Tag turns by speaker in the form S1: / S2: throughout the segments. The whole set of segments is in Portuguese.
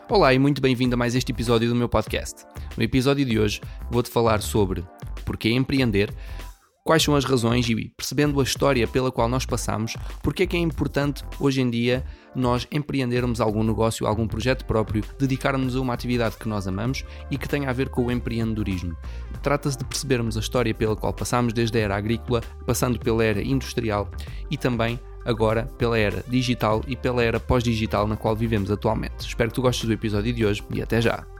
S1: Olá e muito bem-vindo a mais este episódio do meu podcast. No episódio de hoje vou-te falar sobre porquê empreender, quais são as razões e, percebendo a história pela qual nós passamos, porque é que é importante hoje em dia nós empreendermos algum negócio, algum projeto próprio, dedicarmos a uma atividade que nós amamos e que tenha a ver com o empreendedorismo. Trata-se de percebermos a história pela qual passamos desde a era agrícola, passando pela era industrial e também agora pela era digital e pela era pós-digital na qual vivemos atualmente. Espero que tu gostes do episódio de hoje e até já!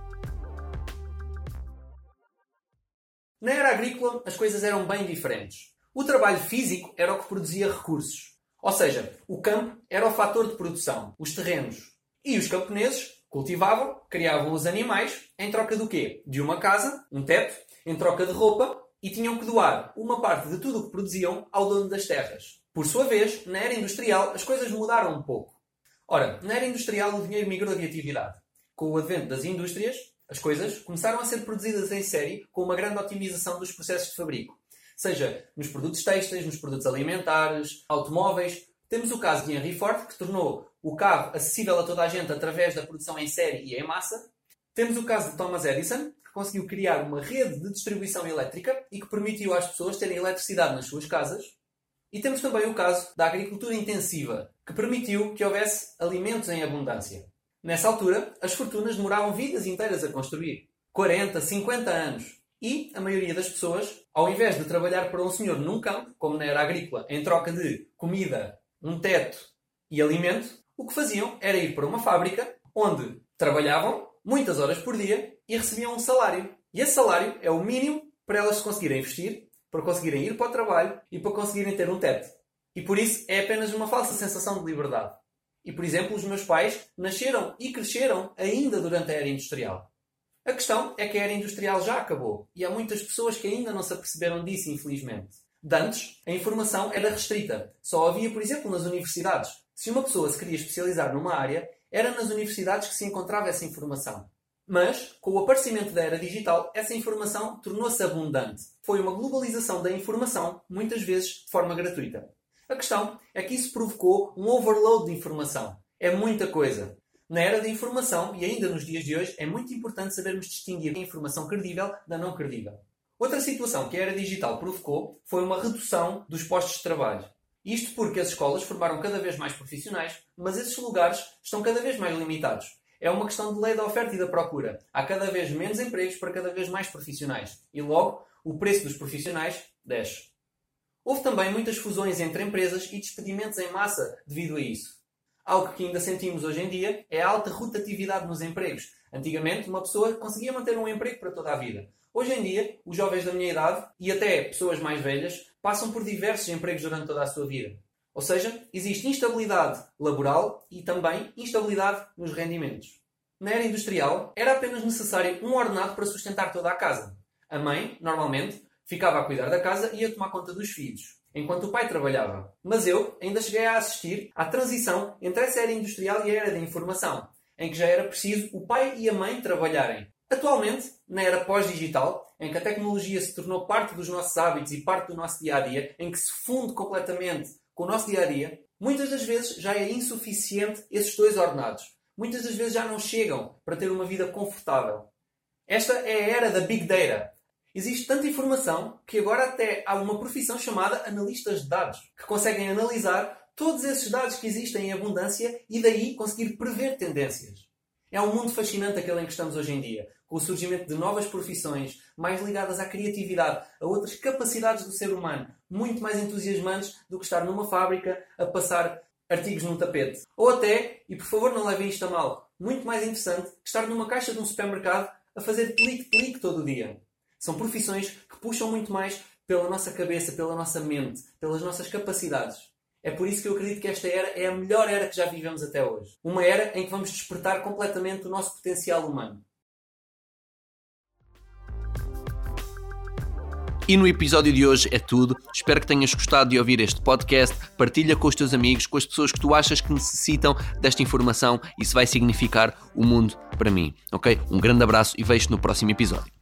S2: Na era agrícola, as coisas eram bem diferentes. O trabalho físico era o que produzia recursos. Ou seja, o campo era o fator de produção, os terrenos. E os camponeses cultivavam, criavam os animais, em troca do quê? De uma casa, um teto, em troca de roupa, e tinham que doar uma parte de tudo o que produziam ao dono das terras. Por sua vez, na era industrial, as coisas mudaram um pouco. Ora, na era industrial o dinheiro migrou de atividade. Com o advento das indústrias, as coisas começaram a ser produzidas em série com uma grande otimização dos processos de fabrico. Seja nos produtos têxteis, nos produtos alimentares, automóveis. Temos o caso de Henry Ford, que tornou o carro acessível a toda a gente através da produção em série e em massa. Temos o caso de Thomas Edison, que conseguiu criar uma rede de distribuição elétrica e que permitiu às pessoas terem eletricidade nas suas casas. E temos também o caso da agricultura intensiva, que permitiu que houvesse alimentos em abundância. Nessa altura, as fortunas demoravam vidas inteiras a construir. 40, 50 anos. E a maioria das pessoas, ao invés de trabalhar para um senhor num campo, como na era agrícola, em troca de comida, um teto e alimento, o que faziam era ir para uma fábrica onde trabalhavam muitas horas por dia e recebiam um salário. E esse salário é o mínimo para elas se conseguirem vestir, para conseguirem ir para o trabalho e para conseguirem ter um teto. E por isso é apenas uma falsa sensação de liberdade. E, por exemplo, os meus pais nasceram e cresceram ainda durante a era industrial. A questão é que a era industrial já acabou e há muitas pessoas que ainda não se aperceberam disso, infelizmente. De antes, a informação era restrita. Só havia, por exemplo, nas universidades. Se uma pessoa se queria especializar numa área, era nas universidades que se encontrava essa informação. Mas, com o aparecimento da era digital, essa informação tornou-se abundante. Foi uma globalização da informação, muitas vezes de forma gratuita. A questão é que isso provocou um overload de informação. É muita coisa. Na era da informação, e ainda nos dias de hoje, é muito importante sabermos distinguir a informação credível da não credível. Outra situação que a era digital provocou foi uma redução dos postos de trabalho. Isto porque as escolas formaram cada vez mais profissionais, mas esses lugares estão cada vez mais limitados. É uma questão de lei da oferta e da procura. Há cada vez menos empregos para cada vez mais profissionais. E logo, o preço dos profissionais desce. Houve também muitas fusões entre empresas e despedimentos em massa devido a isso. Algo que ainda sentimos hoje em dia é a alta rotatividade nos empregos. Antigamente, uma pessoa conseguia manter um emprego para toda a vida. Hoje em dia, os jovens da minha idade e até pessoas mais velhas passam por diversos empregos durante toda a sua vida. Ou seja, existe instabilidade laboral e também instabilidade nos rendimentos. Na era industrial, era apenas necessário um ordenado para sustentar toda a casa. A mãe, normalmente, ficava a cuidar da casa e a tomar conta dos filhos, enquanto o pai trabalhava. Mas eu ainda cheguei a assistir à transição entre essa era industrial e a era da informação, em que já era preciso o pai e a mãe trabalharem. Atualmente, na era pós-digital, em que a tecnologia se tornou parte dos nossos hábitos e parte do nosso dia-a-dia, em que se funde completamente com o nosso dia-a-dia, muitas das vezes já é insuficiente esses dois ordenados. Muitas das vezes já não chegam para ter uma vida confortável. Esta é a era da Big Data. Existe tanta informação que agora até há uma profissão chamada analistas de dados, que conseguem analisar todos esses dados que existem em abundância e daí conseguir prever tendências. É um mundo fascinante aquele em que estamos hoje em dia, com o surgimento de novas profissões, mais ligadas à criatividade, a outras capacidades do ser humano, muito mais entusiasmantes do que estar numa fábrica a passar artigos num tapete. Ou até, e por favor não levem isto a mal, muito mais interessante que estar numa caixa de um supermercado a fazer clique-clique todo o dia. São profissões que puxam muito mais pela nossa cabeça, pela nossa mente, pelas nossas capacidades. É por isso que eu acredito que esta era é a melhor era que já vivemos até hoje. Uma era em que vamos despertar completamente o nosso potencial humano.
S1: E no episódio de hoje é tudo. Espero que tenhas gostado de ouvir este podcast. Partilha com os teus amigos, com as pessoas que tu achas que necessitam desta informação. Isso vai significar o mundo para mim. Ok? Um grande abraço e vejo-te no próximo episódio.